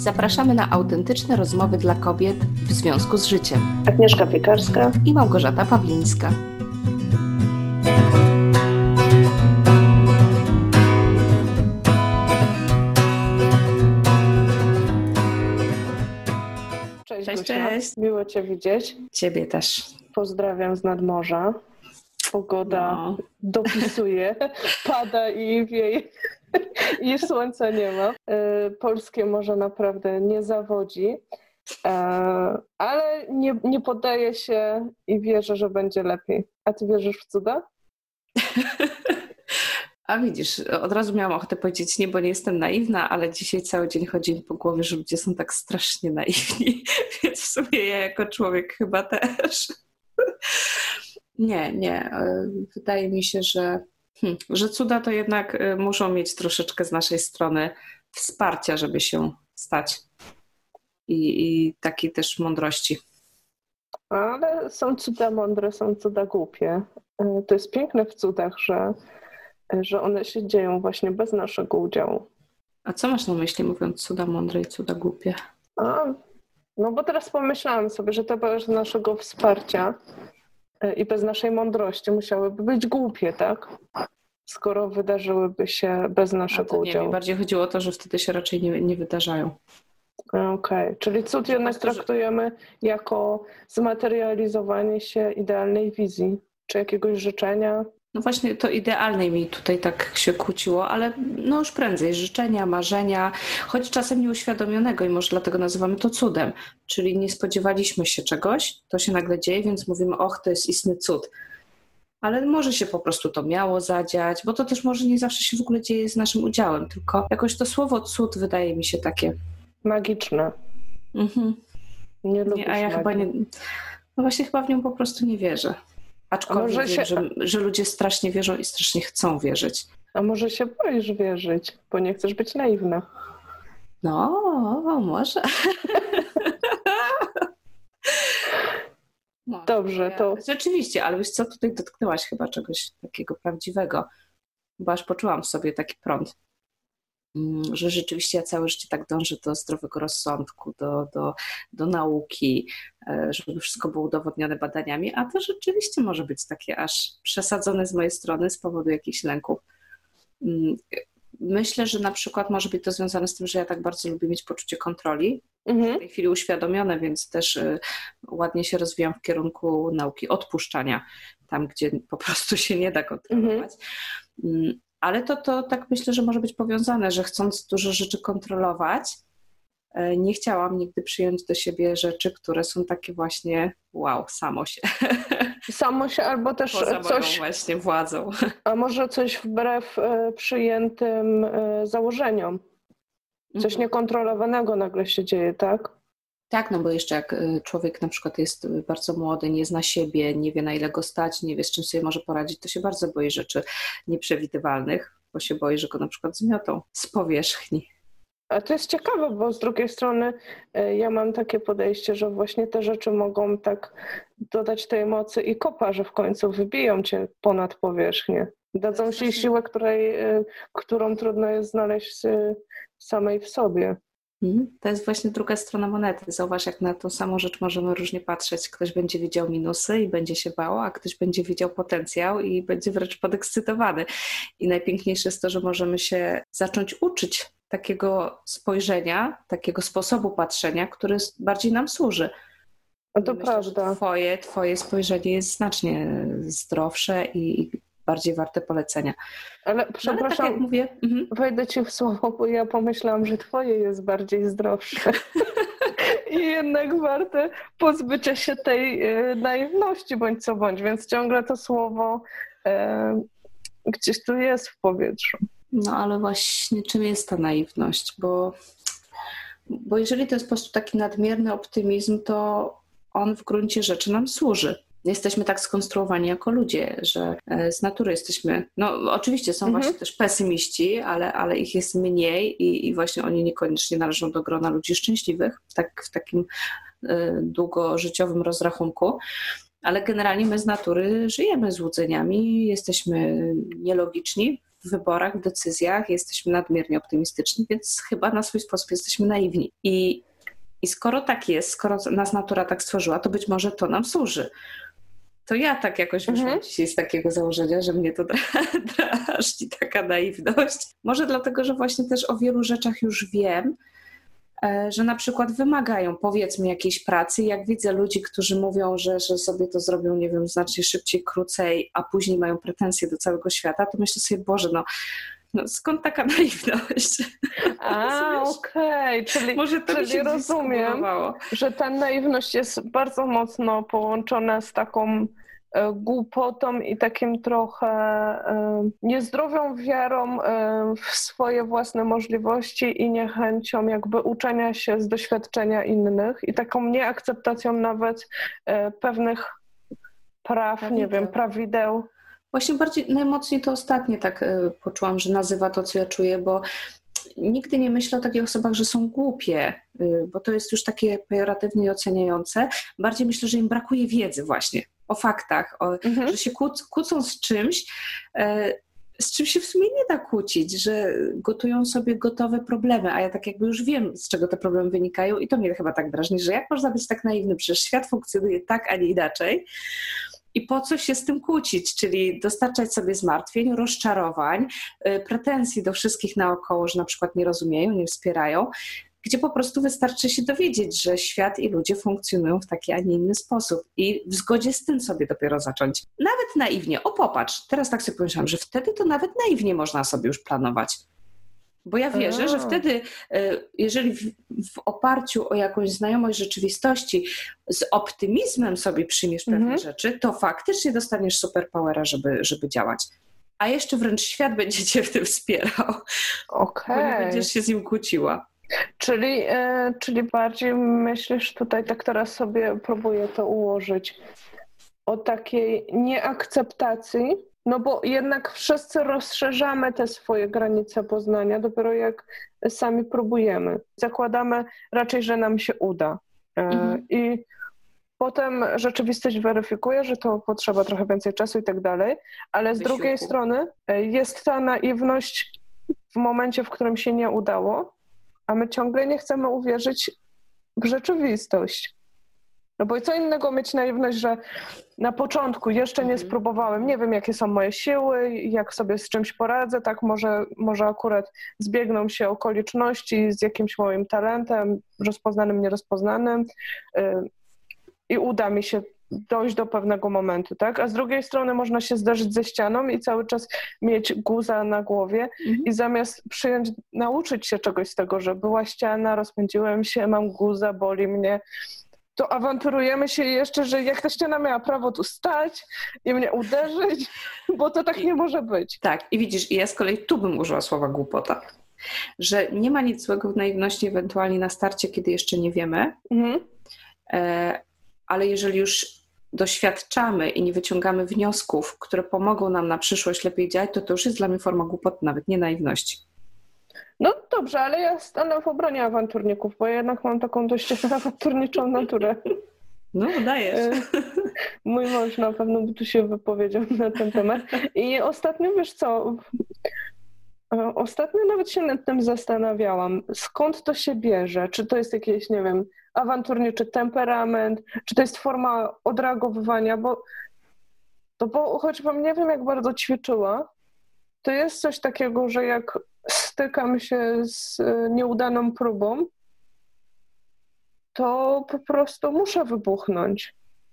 Zapraszamy na autentyczne rozmowy dla kobiet w związku z życiem. Agnieszka Piekarska i Małgorzata Pawlińska. Cześć, cześć. Miło Cię widzieć. Ciebie też. Pozdrawiam z nadmorza. Pogoda dopisuje, pada i wieje i słońca nie ma. Polskie morze naprawdę nie zawodzi, ale nie poddaję się i wierzę, że będzie lepiej. A Ty wierzysz w cuda? A widzisz, od razu miałam ochotę powiedzieć nie, bo nie jestem naiwna, ale dzisiaj cały dzień chodzi mi po głowie, że ludzie są tak strasznie naiwni, więc w sumie ja jako człowiek chyba też. Nie. Wydaje mi się, że cuda to jednak muszą mieć troszeczkę z naszej strony wsparcia, żeby się stać i takiej też mądrości. Ale są cuda mądre, są cuda głupie. To jest piękne w cudach, że one się dzieją właśnie bez naszego udziału. A co masz na myśli, mówiąc cuda mądre i cuda głupie? No bo teraz pomyślałam sobie, że to bez naszego wsparcia i bez naszej mądrości musiałyby być głupie, tak? Skoro wydarzyłyby się bez naszego udziału. Mi bardziej chodziło o to, że wtedy się raczej nie wydarzają. Okej. Czyli cud jednak traktujemy jako zmaterializowanie się idealnej wizji, czy jakiegoś życzenia. No właśnie to idealnej mi tutaj tak się kłóciło, ale no już prędzej życzenia, marzenia, choć czasem nieuświadomionego i może dlatego nazywamy to cudem. Czyli nie spodziewaliśmy się czegoś, to się nagle dzieje, więc mówimy, to jest istny cud. Ale może się po prostu to miało zadziać, bo to też może nie zawsze się w ogóle dzieje z naszym udziałem, tylko jakoś to słowo cud wydaje mi się takie magiczne. Mhm. Nie lubię. A ja chyba nie. No właśnie chyba w nią po prostu nie wierzę. Aczkolwiek wiem, że ludzie strasznie wierzą i strasznie chcą wierzyć. A może się boisz wierzyć, bo nie chcesz być naiwna? No, może. Dobrze, to... Rzeczywiście, ale wiesz co, tutaj dotknęłaś chyba czegoś takiego prawdziwego, bo aż poczułam w sobie taki prąd, że rzeczywiście ja całe życie tak dążę do zdrowego rozsądku, do nauki, żeby wszystko było udowodnione badaniami, a to rzeczywiście może być takie aż przesadzone z mojej strony z powodu jakichś lęków. Myślę, że na przykład może być to związane z tym, że ja tak bardzo lubię mieć poczucie kontroli, w tej chwili uświadomione, więc też ładnie się rozwijam w kierunku nauki odpuszczania, tam gdzie po prostu się nie da kontrolować. Ale to tak myślę, że może być powiązane, że chcąc dużo rzeczy kontrolować, nie chciałam nigdy przyjąć do siebie rzeczy, które są takie właśnie samo się. Samo się albo też poza coś... moją właśnie władzą. A może coś wbrew przyjętym założeniom. Coś niekontrolowanego nagle się dzieje, tak? Tak, no bo jeszcze jak człowiek na przykład jest bardzo młody, nie zna siebie, nie wie na ile go stać, nie wie z czym sobie może poradzić, to się bardzo boi rzeczy nieprzewidywalnych, bo się boi, że go na przykład zmiotą z powierzchni. A to jest ciekawe, bo z drugiej strony ja mam takie podejście, że właśnie te rzeczy mogą tak dodać tej mocy i kopa, że w końcu wybiją cię ponad powierzchnię. Dadzą ci siłę, którą trudno jest znaleźć samej w sobie. To jest właśnie druga strona monety. Zauważ, jak na tą samą rzecz możemy różnie patrzeć. Ktoś będzie widział minusy i będzie się bał, a ktoś będzie widział potencjał i będzie wręcz podekscytowany. I najpiękniejsze jest to, że możemy się zacząć uczyć takiego spojrzenia, takiego sposobu patrzenia, który bardziej nam służy. A to myślę, prawda. Twoje spojrzenie jest znacznie zdrowsze i bardziej warte polecenia. Ale przepraszam, tak jak mówię, wejdę ci w słowo, bo ja pomyślałam, że twoje jest bardziej zdrowsze. I jednak warte pozbycia się tej naiwności bądź co bądź, więc ciągle to słowo gdzieś tu jest w powietrzu. No ale właśnie czym jest ta naiwność? Bo jeżeli to jest po prostu taki nadmierny optymizm, to on w gruncie rzeczy nam służy. Jesteśmy tak skonstruowani jako ludzie, że z natury jesteśmy, no oczywiście są właśnie też pesymiści, ale ich jest mniej i właśnie oni niekoniecznie należą do grona ludzi szczęśliwych, tak w takim długożyciowym rozrachunku, ale generalnie my z natury żyjemy złudzeniami, jesteśmy nielogiczni w wyborach, w decyzjach, jesteśmy nadmiernie optymistyczni, więc chyba na swój sposób jesteśmy naiwni. I skoro tak jest, skoro nas natura tak stworzyła, to być może to nam służy. To ja tak jakoś wyszłam dzisiaj z takiego założenia, że mnie to drażni taka naiwność. Może dlatego, że właśnie też o wielu rzeczach już wiem, że na przykład wymagają, powiedzmy, jakiejś pracy. Jak widzę ludzi, którzy mówią, że sobie to zrobią, nie wiem, znacznie szybciej, krócej, a później mają pretensje do całego świata, to myślę sobie, Boże, no skąd taka naiwność? Okej. Czyli, może to czyli rozumiem, że ta naiwność jest bardzo mocno połączona z taką głupotą i takim trochę niezdrowią wiarą w swoje własne możliwości i niechęcią jakby uczenia się z doświadczenia innych i taką nieakceptacją nawet pewnych praw, nie wiem, prawideł. Właśnie najmocniej to ostatnie tak poczułam, że nazywa to, co ja czuję, bo nigdy nie myślę o takich osobach, że są głupie, bo to jest już takie pejoratywnie i oceniające. Bardziej myślę, że im brakuje wiedzy właśnie o faktach, że się kłócą z czymś się w sumie nie da kłócić, że gotują sobie gotowe problemy, a ja tak jakby już wiem, z czego te problemy wynikają i to mnie chyba tak drażni, że jak można być tak naiwny, przecież świat funkcjonuje tak, a nie inaczej. I po co się z tym kłócić, czyli dostarczać sobie zmartwień, rozczarowań, pretensji do wszystkich naokoło, że na przykład nie rozumieją, nie wspierają, gdzie po prostu wystarczy się dowiedzieć, że świat i ludzie funkcjonują w taki, a nie inny sposób i w zgodzie z tym sobie dopiero zacząć. Nawet naiwnie, popatrz, teraz tak sobie pomyślałam, że wtedy to nawet naiwnie można sobie już planować. Bo ja wierzę, że wtedy, jeżeli w oparciu o jakąś znajomość rzeczywistości z optymizmem sobie przyjmiesz pewne rzeczy, to faktycznie dostaniesz superpowera, żeby działać. A jeszcze wręcz świat będzie cię w tym wspierał, bo nie będziesz się z nim kłóciła. Czyli bardziej myślisz tutaj, tak teraz sobie próbuję to ułożyć, o takiej nieakceptacji, no bo jednak wszyscy rozszerzamy te swoje granice poznania, dopiero jak sami próbujemy. Zakładamy raczej, że nam się uda. I potem rzeczywistość weryfikuje, że to potrzeba trochę więcej czasu i tak dalej, ale z drugiej strony jest ta naiwność w momencie, w którym się nie udało, a my ciągle nie chcemy uwierzyć w rzeczywistość. No bo co innego mieć naiwność, że na początku jeszcze nie spróbowałem, nie wiem jakie są moje siły, jak sobie z czymś poradzę, tak może akurat zbiegną się okoliczności z jakimś moim talentem, rozpoznanym, nierozpoznanym i uda mi się dojść do pewnego momentu, tak? A z drugiej strony można się zderzyć ze ścianą i cały czas mieć guza na głowie i zamiast nauczyć się czegoś z tego, że była ściana, rozpędziłem się, mam guza, boli mnie, to awanturujemy się jeszcze, że jak ta ściana miała prawo tu stać i mnie uderzyć, bo to tak nie może być. Tak, i widzisz, ja z kolei tu bym użyła słowa głupota, że nie ma nic złego w naiwności ewentualnie na starcie, kiedy jeszcze nie wiemy, ale jeżeli już doświadczamy i nie wyciągamy wniosków, które pomogą nam na przyszłość lepiej działać, to już jest dla mnie forma głupoty, nawet nie naiwności. No dobrze, ale ja stanę w obronie awanturników, bo ja jednak mam taką dość awanturniczą naturę. No, dajesz. Mój mąż na pewno by tu się wypowiedział na ten temat. I ostatnio, wiesz co, ostatnio nawet się nad tym zastanawiałam, skąd to się bierze, czy to jest jakiś, nie wiem, awanturniczy temperament, czy to jest forma odreagowywania, bo choćbym nie wiem jak bardzo ćwiczyła, to jest coś takiego, że jak stykam się z nieudaną próbą, to po prostu muszę wybuchnąć.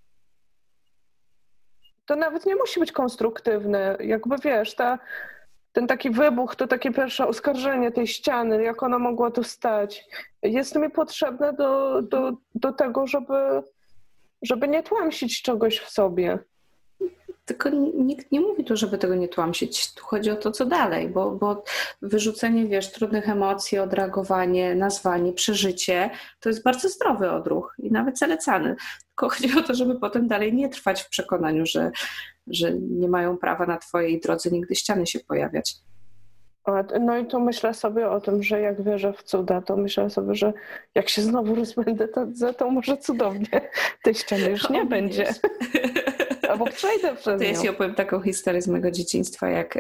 To nawet nie musi być konstruktywne. Jakby wiesz, ten taki wybuch, to takie pierwsze oskarżenie tej ściany, jak ona mogła tu stać, jest mi potrzebne do tego, żeby nie tłamsić czegoś w sobie. Tylko nikt nie mówi tu, żeby tego nie tłamsić. Tu chodzi o to, co dalej, bo wyrzucenie, wiesz, trudnych emocji, odreagowanie, nazwanie, przeżycie, to jest bardzo zdrowy odruch i nawet zalecany. Tylko chodzi o to, żeby potem dalej nie trwać w przekonaniu, że nie mają prawa na twojej drodze nigdy ściany się pojawiać. No i tu myślę sobie o tym, że jak wierzę w cuda, to myślę sobie, że jak się znowu rozbędę, to może cudownie tej ściany już nie będzie. Albo przejdę przez To ja nią. ci opowiem taką historię z mojego dzieciństwa, jak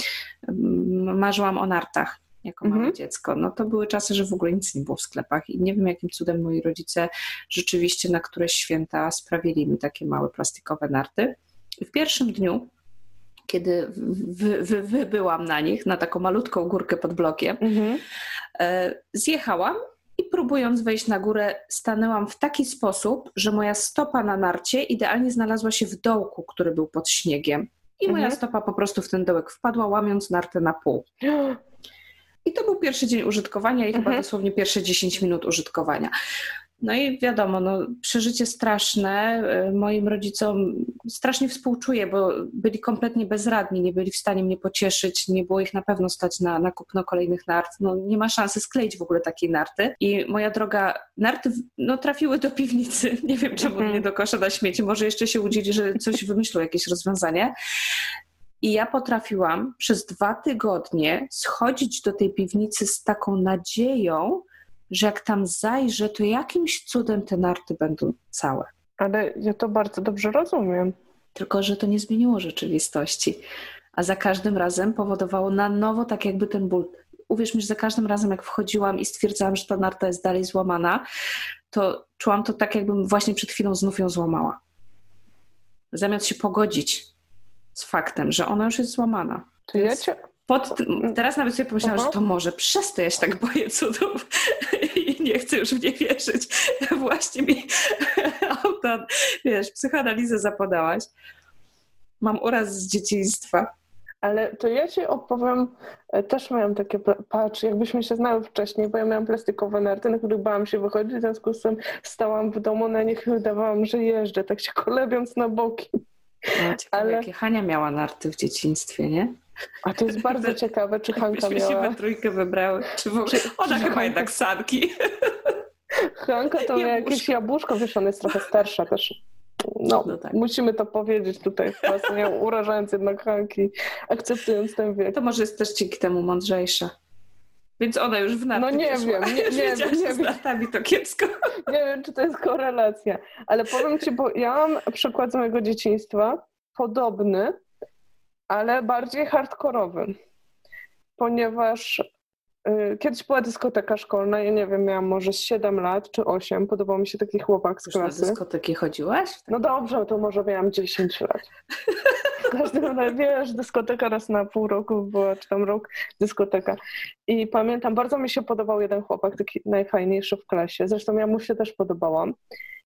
marzyłam o nartach jako małe dziecko. No to były czasy, że w ogóle nic nie było w sklepach i nie wiem, jakim cudem moi rodzice rzeczywiście na któreś święta sprawili mi takie małe plastikowe narty. I w pierwszym dniu, kiedy wybyłam na nich, na taką malutką górkę pod blokiem, zjechałam i próbując wejść na górę, stanęłam w taki sposób, że moja stopa na narcie idealnie znalazła się w dołku, który był pod śniegiem. I moja stopa po prostu w ten dołek wpadła, łamiąc nartę na pół. I to był pierwszy dzień użytkowania i chyba dosłownie pierwsze 10 minut użytkowania. No i wiadomo, przeżycie straszne. Moim rodzicom strasznie współczuję, bo byli kompletnie bezradni, nie byli w stanie mnie pocieszyć, nie było ich na pewno stać na kupno kolejnych nart. Nie ma szansy skleić w ogóle takiej narty. I moja droga, narty trafiły do piwnicy. Nie wiem, czemu nie do kosza na śmieci. Może jeszcze się łudzili, że coś wymyślą, jakieś rozwiązanie. I ja potrafiłam przez 2 tygodnie schodzić do tej piwnicy z taką nadzieją, że jak tam zajrzę, to jakimś cudem te narty będą całe. Ale ja to bardzo dobrze rozumiem. Tylko że to nie zmieniło rzeczywistości. A za każdym razem powodowało na nowo tak jakby ten ból. Uwierz mi, że za każdym razem jak wchodziłam i stwierdzałam, że ta narta jest dalej złamana, to czułam to tak, jakbym właśnie przed chwilą znów ją złamała. Zamiast się pogodzić z faktem, że ona już jest złamana. To ja cię... Teraz nawet sobie pomyślałam, że to może przez to ja się tak boję cudów i nie chcę już w nie wierzyć. Właśnie mi psychoanalizę zapodałaś. Mam uraz z dzieciństwa. Ale to ja ci opowiem, też miałam takie, patrz, jakbyśmy się znały wcześniej, bo ja miałam plastikowe narty, na których bałam się wychodzić, w związku z tym stałam w domu, na nich udawałam, że jeżdżę, tak się kolebiąc na boki. No, ciekawe, jakie Hania miała narty w dzieciństwie, nie? A to jest bardzo ciekawe, czy Hanka Myśmy miała. się we trójkę wybrały. Ona chyba jednak sanki. Hanka to miała jakieś jabłuszko, wiesz, ona jest trochę starsza też. No tak. Musimy to powiedzieć tutaj, nie urażając jednak Hanki, akceptując ten wiek. To może jest też dzięki temu mądrzejsza. Więc ona już w narty No nie wiem, nie wiem. Z nartami to kiepsko. Nie wiem, czy to jest korelacja, ale powiem ci, bo ja mam przykład z mojego dzieciństwa, podobny, ale bardziej hardkorowy, ponieważ kiedyś była dyskoteka szkolna, ja nie wiem, miałam może 7 lat czy 8, podobał mi się taki chłopak z klasy. Na dyskoteki chodziłaś? No dobrze, to może miałam 10 lat. W każdym razie, wiesz, dyskoteka raz na pół roku była, czy tam rok dyskoteka. I pamiętam, bardzo mi się podobał jeden chłopak, taki najfajniejszy w klasie, zresztą ja mu się też podobałam.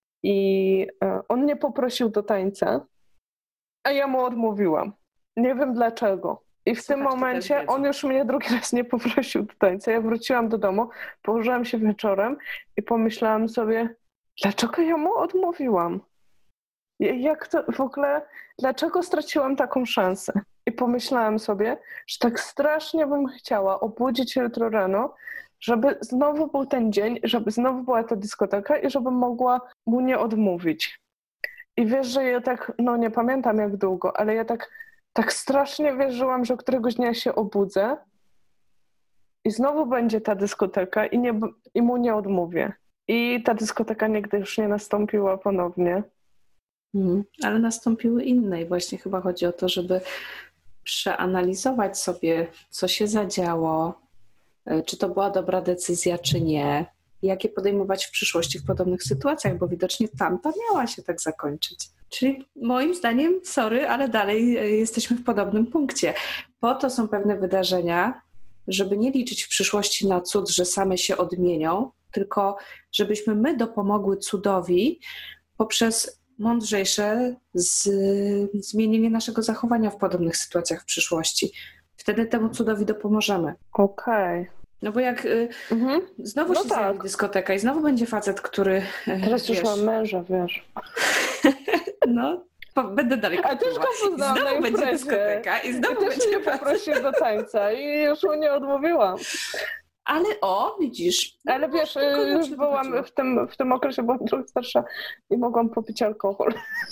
I on mnie poprosił do tańca, a ja mu odmówiłam. Nie wiem dlaczego. I w tym momencie on już mnie drugi raz nie poprosił do tańca. Ja wróciłam do domu, położyłam się wieczorem i pomyślałam sobie, dlaczego ja mu odmówiłam? Jak to w ogóle, dlaczego straciłam taką szansę? I pomyślałam sobie, że tak strasznie bym chciała obudzić się jutro rano, żeby znowu był ten dzień, żeby znowu była ta dyskoteka i żebym mogła mu nie odmówić. I wiesz, że ja tak, nie pamiętam jak długo, ale ja tak strasznie wierzyłam, że któregoś dnia się obudzę i znowu będzie ta dyskoteka i mu nie odmówię. I ta dyskoteka nigdy już nie nastąpiła ponownie. Ale nastąpiły inne i właśnie chyba chodzi o to, żeby przeanalizować sobie, co się zadziało, czy to była dobra decyzja, czy nie, jakie podejmować w przyszłości w podobnych sytuacjach, bo widocznie tamta miała się tak zakończyć. Czyli moim zdaniem, sorry, ale dalej jesteśmy w podobnym punkcie. Po to są pewne wydarzenia, żeby nie liczyć w przyszłości na cud, że same się odmienią, tylko żebyśmy my dopomogły cudowi poprzez mądrzejsze zmienienie naszego zachowania w podobnych sytuacjach w przyszłości. Wtedy temu cudowi dopomożemy. Okej. No bo jak znowu się zjawi dyskoteka i znowu będzie facet, który... Teraz już mam męża, wiesz. Będę dalej a też go poznałam na będzie dyskoteka i znowu też mnie poprosił do tańca i już mu nie odmówiłam. Ale widzisz. Ale wiesz, już byłam w tym okresie, byłam trochę starsza i mogłam popić alkohol.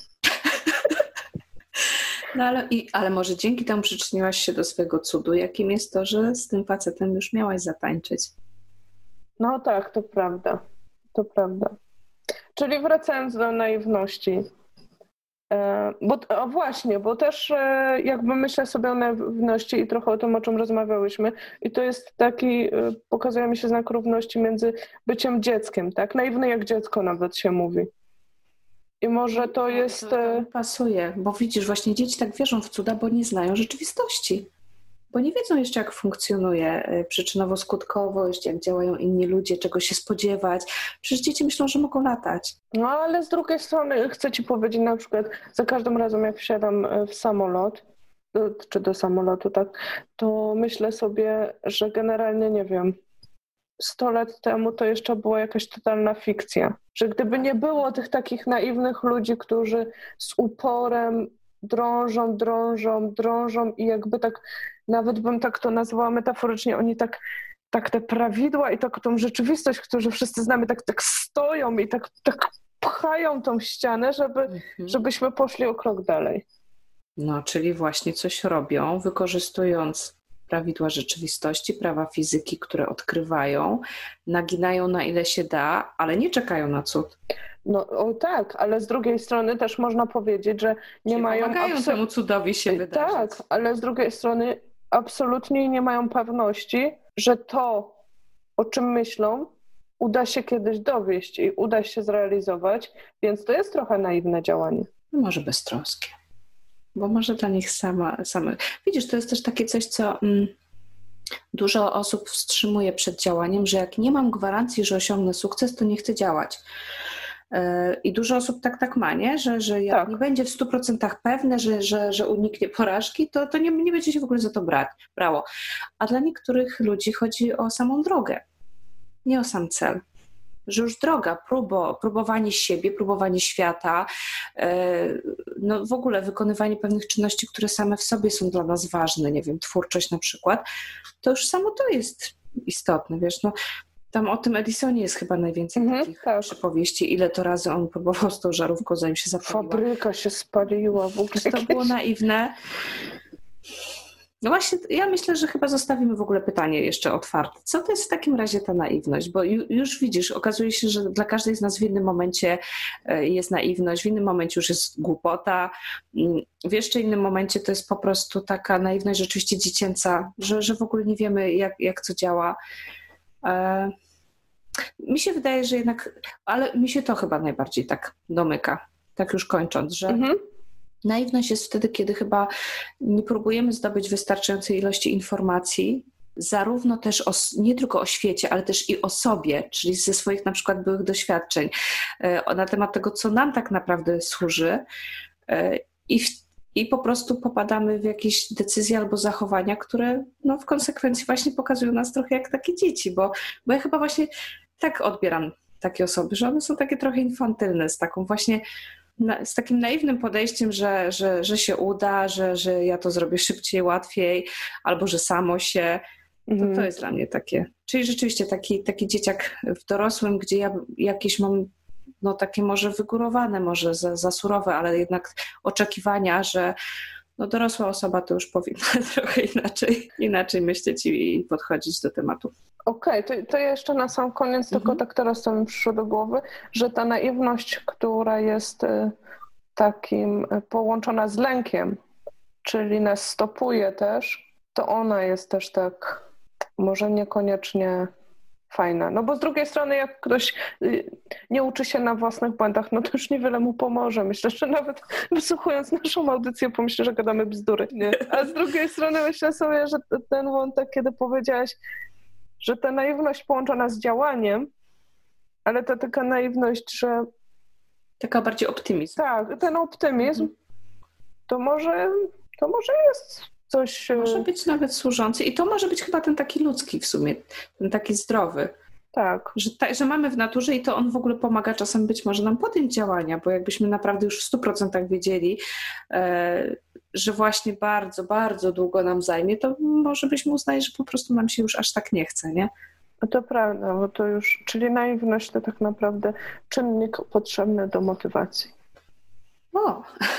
No ale może dzięki temu przyczyniłaś się do swojego cudu, jakim jest to, że z tym facetem już miałaś zatańczyć. No tak, to prawda. To prawda. Czyli wracając do naiwności. Bo też jakby myślę sobie o naiwności i trochę o tym, o czym rozmawiałyśmy, i to jest taki, pokazuje mi się znak równości między byciem dzieckiem, tak? Naiwny jak dziecko nawet się mówi. I może to jest... To pasuje, bo widzisz, właśnie dzieci tak wierzą w cuda, bo nie znają rzeczywistości. Bo nie wiedzą jeszcze, jak funkcjonuje przyczynowo-skutkowość, jak działają inni ludzie, czego się spodziewać. Przecież dzieci myślą, że mogą latać. No ale z drugiej strony chcę ci powiedzieć, na przykład za każdym razem, jak wsiadam w samolot, czy do samolotu, tak, to myślę sobie, że generalnie, nie wiem, 100 lat temu to jeszcze była jakaś totalna fikcja. Że gdyby nie było tych takich naiwnych ludzi, którzy z uporem drążą i jakby tak, nawet bym tak to nazwała metaforycznie, oni tak te prawidła i tak tą rzeczywistość, którą wszyscy znamy, tak stoją i tak pchają tą ścianę, żebyśmy poszli o krok dalej. No, czyli właśnie coś robią, wykorzystując prawidła rzeczywistości, prawa fizyki, które odkrywają, naginają na ile się da, ale nie czekają na cud. No tak, ale z drugiej strony też można powiedzieć, że nie mają... Pomagają temu cudowi się wydarzyć. Tak, ale z drugiej strony absolutnie nie mają pewności, że to, o czym myślą, uda się kiedyś dowieść i uda się zrealizować, więc to jest trochę naiwne działanie. Może beztroskie. Bo może dla nich same. Widzisz, to jest też takie coś, co dużo osób wstrzymuje przed działaniem, że jak nie mam gwarancji, że osiągnę sukces, to nie chcę działać. I dużo osób tak ma, nie? Że jak nie będzie w 100% pewne, że uniknie porażki, to nie będzie się w ogóle za to brało. A dla niektórych ludzi chodzi o samą drogę, nie o sam cel. Że już droga, próbowanie siebie, próbowanie świata, no w ogóle wykonywanie pewnych czynności, które same w sobie są dla nas ważne, nie wiem, twórczość na przykład, to już samo to jest istotne, wiesz, no tam o tym Edisonie jest chyba najwięcej takich przypowieści, ile to razy on próbował z tą żarówką, zanim się zapaliła. Fabryka się spaliła w ogóle. To było naiwne. No właśnie, ja myślę, że chyba zostawimy w ogóle pytanie jeszcze otwarte. Co to jest w takim razie ta naiwność? Bo już widzisz, okazuje się, że dla każdej z nas w innym momencie jest naiwność, w innym momencie już jest głupota, w jeszcze innym momencie to jest po prostu taka naiwność rzeczywiście dziecięca, że w ogóle nie wiemy, jak co działa. Mi się wydaje, że jednak, ale mi się to chyba najbardziej tak domyka, tak już kończąc, że naiwność jest wtedy, kiedy chyba nie próbujemy zdobyć wystarczającej ilości informacji, zarówno też nie tylko o świecie, ale też i o sobie, czyli ze swoich na przykład byłych doświadczeń, na temat tego, co nam tak naprawdę służy i po prostu popadamy w jakieś decyzje albo zachowania, które no, w konsekwencji właśnie pokazują nas trochę jak takie dzieci, bo ja chyba właśnie tak odbieram takie osoby, że one są takie trochę infantylne, z takim naiwnym podejściem, że się uda, że ja to zrobię szybciej, łatwiej, albo że samo się, to jest dla mnie takie. Czyli rzeczywiście taki dzieciak w dorosłym, gdzie ja jakieś mam no takie może wygórowane, może za surowe, ale jednak oczekiwania, że no dorosła osoba to już powinna trochę inaczej myśleć i podchodzić do tematu. Okej, to jeszcze na sam koniec, tylko tak teraz to mi przyszło do głowy, że ta naiwność, która jest takim połączona z lękiem, czyli nas stopuje też, to ona jest też tak może niekoniecznie fajna. No bo z drugiej strony jak ktoś nie uczy się na własnych błędach, no to już niewiele mu pomoże. Myślę, że nawet wysłuchując naszą audycję pomyślę, że gadamy bzdury. Nie? A z drugiej strony myślę sobie, że ten wątek, kiedy powiedziałaś, że ta naiwność połączona z działaniem, ale to taka naiwność, że... Taka bardziej optymizm. Tak, ten optymizm, to może jest coś... Może być nawet służący i to może być chyba ten taki ludzki w sumie, ten taki zdrowy. Tak. Że mamy w naturze i to on w ogóle pomaga czasem być może nam podjąć działania, bo jakbyśmy naprawdę już w 100% wiedzieli, że właśnie bardzo, bardzo długo nam zajmie, to może byśmy uznali, że po prostu nam się już aż tak nie chce, nie? No to prawda, bo to już, czyli naiwność to tak naprawdę czynnik potrzebny do motywacji. O,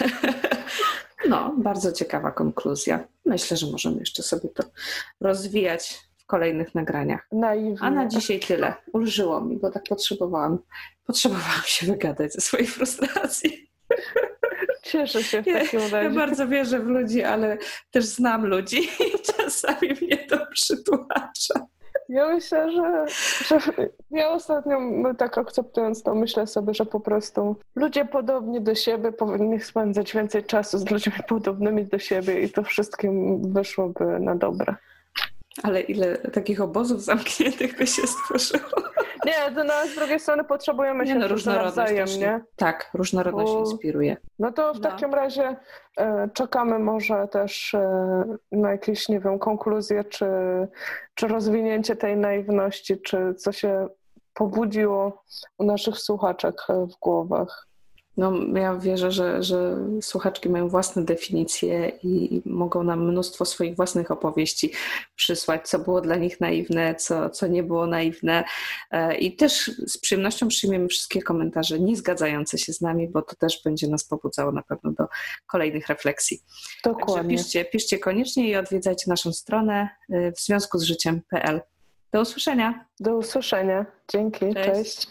no, bardzo ciekawa konkluzja. Myślę, że możemy jeszcze sobie to rozwijać w kolejnych nagraniach. Naiwnie. A na dzisiaj tyle. Ulżyło mi, bo tak potrzebowałam się wygadać ze swojej frustracji. Cieszę się w Ja, takim razie. ja bardzo wierzę w ludzi, ale też znam ludzi i czasami mnie to przytłacza. Ja myślę, że ja ostatnio tak akceptując to, myślę sobie, że po prostu ludzie podobni do siebie powinni spędzać więcej czasu z ludźmi podobnymi do siebie i to wszystkim wyszłoby na dobre. Ale ile takich obozów zamkniętych by się stworzyło? Nie, to z drugiej strony potrzebujemy się nawzajem, nie? Tak, różnorodność inspiruje. No to w takim razie czekamy może też na jakieś, nie wiem, konkluzje, czy rozwinięcie tej naiwności, czy co się pobudziło u naszych słuchaczek w głowach. No, ja wierzę, że słuchaczki mają własne definicje i mogą nam mnóstwo swoich własnych opowieści przysłać, co było dla nich naiwne, co nie było naiwne. I też z przyjemnością przyjmiemy wszystkie komentarze nie zgadzające się z nami, bo to też będzie nas pobudzało na pewno do kolejnych refleksji. Dokładnie. Także piszcie koniecznie i odwiedzajcie naszą stronę w związku z życiem.pl. Do usłyszenia. Do usłyszenia. Dzięki. Cześć.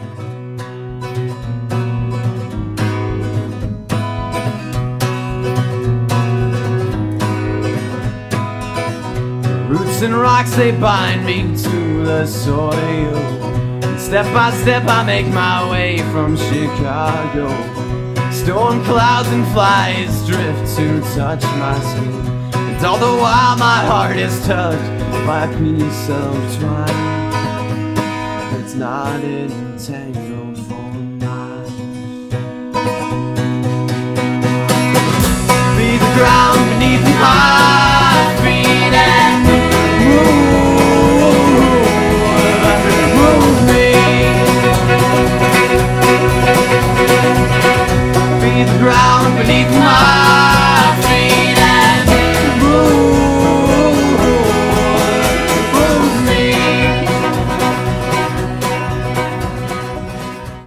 Roots and rocks, they bind me to the soil. And step by step I make my way from Chicago. Storm clouds and flies drift to touch my skin. And all the while my heart is touched by a piece of twine that's not entangled for miles. Be the ground beneath my feet and move me. Be the ground beneath my